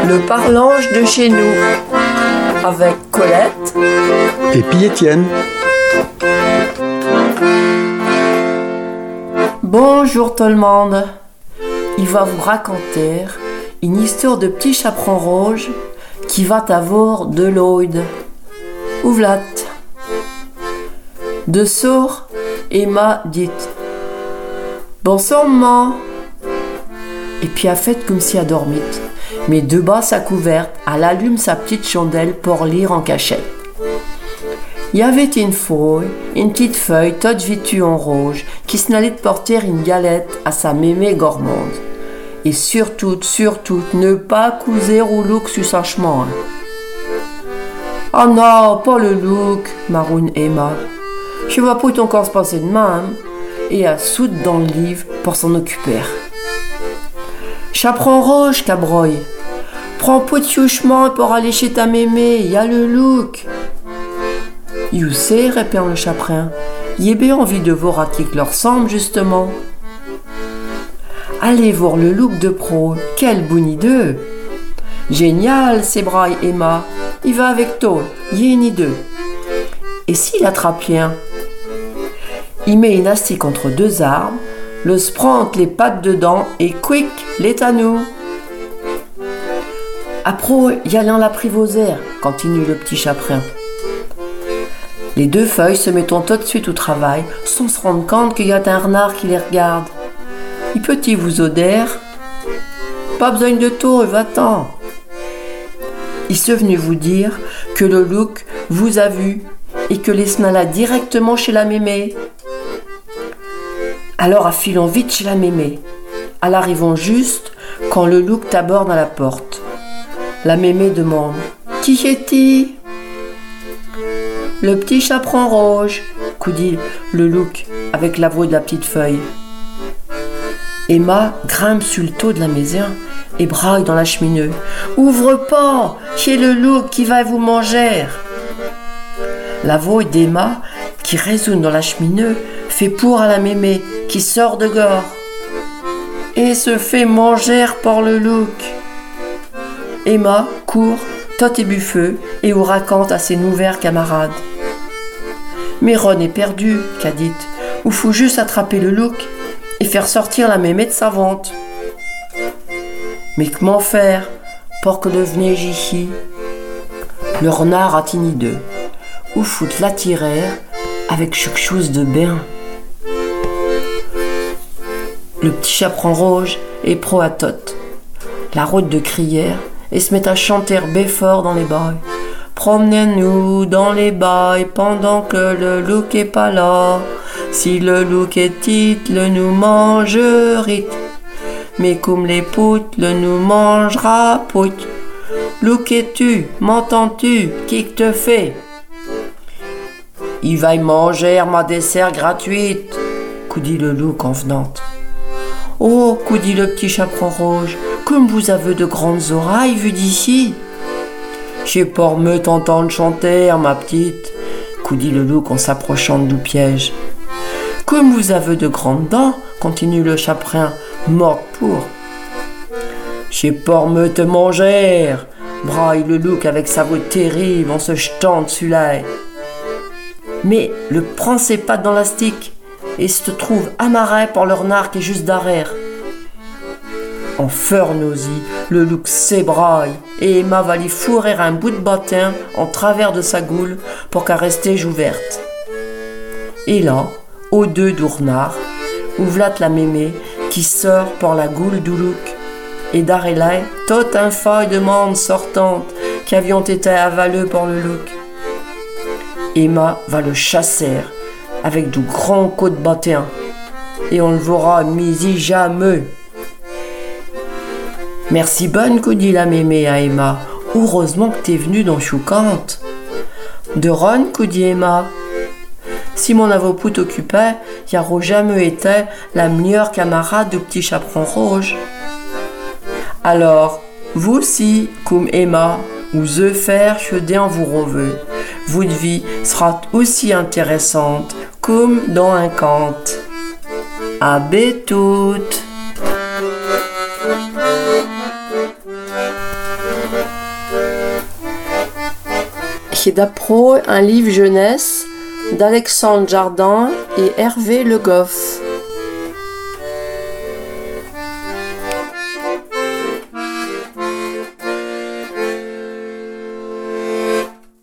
Le parlange de chez nous, avec Colette et puis Étienne. Bonjour tout le monde. Il va vous raconter une histoire de petit chaperon rouge qui va avoir de l'oïde. Ouvlat. De sourd, Emma dit bonsoir maman. Et puis elle fait comme si elle dormit, mais de bas sa couverte, elle allume sa petite chandelle pour lire en cachette. Il y avait une petite feuille toute vêtue en rouge, qui s'en porter une galette à sa mémé gourmande. Et surtout, ne pas couser au look sur sa chemin. Ah non, pas le look, maroune Emma. Je vois pas encore se passer de même. Et elle saute dans le livre pour s'en occuper. Chaperon rouge, cabroille. Prends pas de chemin pour aller chez ta mémé, y a le look. You sais, répond le chaperon, y a bien envie de voir à qui que leur ressemble, justement. Allez voir le look de pro, quelle bonne idée. Génial, c'est braille Emma, il va avec toi, y a une idée. Et s'il attrape rien? Il met une astique entre deux arbres, le sprante les pattes dedans et quick, les à nous. Après, y allant l'apprivoiser, continue le petit chaperon. Les deux feuilles se mettent tout de suite au travail, sans se rendre compte qu'il y a un renard qui les regarde. Il peut-il vous odeur? Pas besoin de tour, va-t'en. Il se venu vous dire que le look vous a vu et que les snala directement chez la mémé. Alors affilons vite chez la mémé. Elle arrivons juste quand le look t'aborde à la porte. La mémé demande « Qui est-il ?» Le petit chaperon rouge, coudit le look avec la voix de la petite feuille. Emma grimpe sur le toit de la maison et braille dans la cheminée. « Ouvre pas, c'est le look qui va vous manger !» La voix d'Emma, qui résonne dans la cheminée, fait pour à la mémé qui sort de gore et se fait manger par le look. Emma court, tot et buffeux, et vous raconte à ses nouveaux camarades. Mais Ron est perdu, qu'a dit, ou faut juste attraper le look et faire sortir la mémé de sa vente. Mais comment faire pour que devenir ici? Le renard a une idée, ou faut l'attirer avec quelque chose de bien. Le petit chaperon rouge est pro à tot. La route de crière et se met à chanter fort dans les bails. Promenez-nous dans les bails pendant que le look est pas là. Si le look est titre, le nous mangerit. Mais comme les poutres, le nous mangera poutre. Look es-tu, m'entends-tu, qui que te fait? Il va y manger ma dessert gratuite, coudit le look en venant. Oh, coudit le petit chaperon rouge, comme vous avez de grandes oreilles vues d'ici. J'ai pas me t'entendre chanter, ma petite, coudit le loup en s'approchant du piège. Comme vous avez de grandes dents, continue le chaperon, mort pour. J'ai pas me te manger, braille le loup avec sa voix terrible en se jetant dessus l'air. Mais le prend ses pattes dans l'astique et se trouve amarré par le renard qui est juste derrière. En fernosie, le loup s'ébraille et Emma va lui fourrer un bout de bâtin en travers de sa goule pour qu'elle reste ouverte. Et là, aux deux du renard, ouvlat la mémé qui sort par la goule du loup et d'arrêt là, tout un feuille de monde sortante qui avions été avaleux par le loup. Emma va le chasser avec du grand coup de bâtin et on le verra misi jamais. Merci bonne, dit la mémé à Emma. Heureusement que t'es venue dans Choucante. De Ron, dit Emma. Si mon avocat t'occupait, y aurait jamais été la meilleure camarade du petit chaperon rouge. Alors, vous aussi, comme Emma, vous faire chauder en vous reveux. Votre vie sera aussi intéressante comme dans un conte. À bientôt. qui est d'après un livre jeunesse d'Alexandre Jardin et Hervé Le Goff.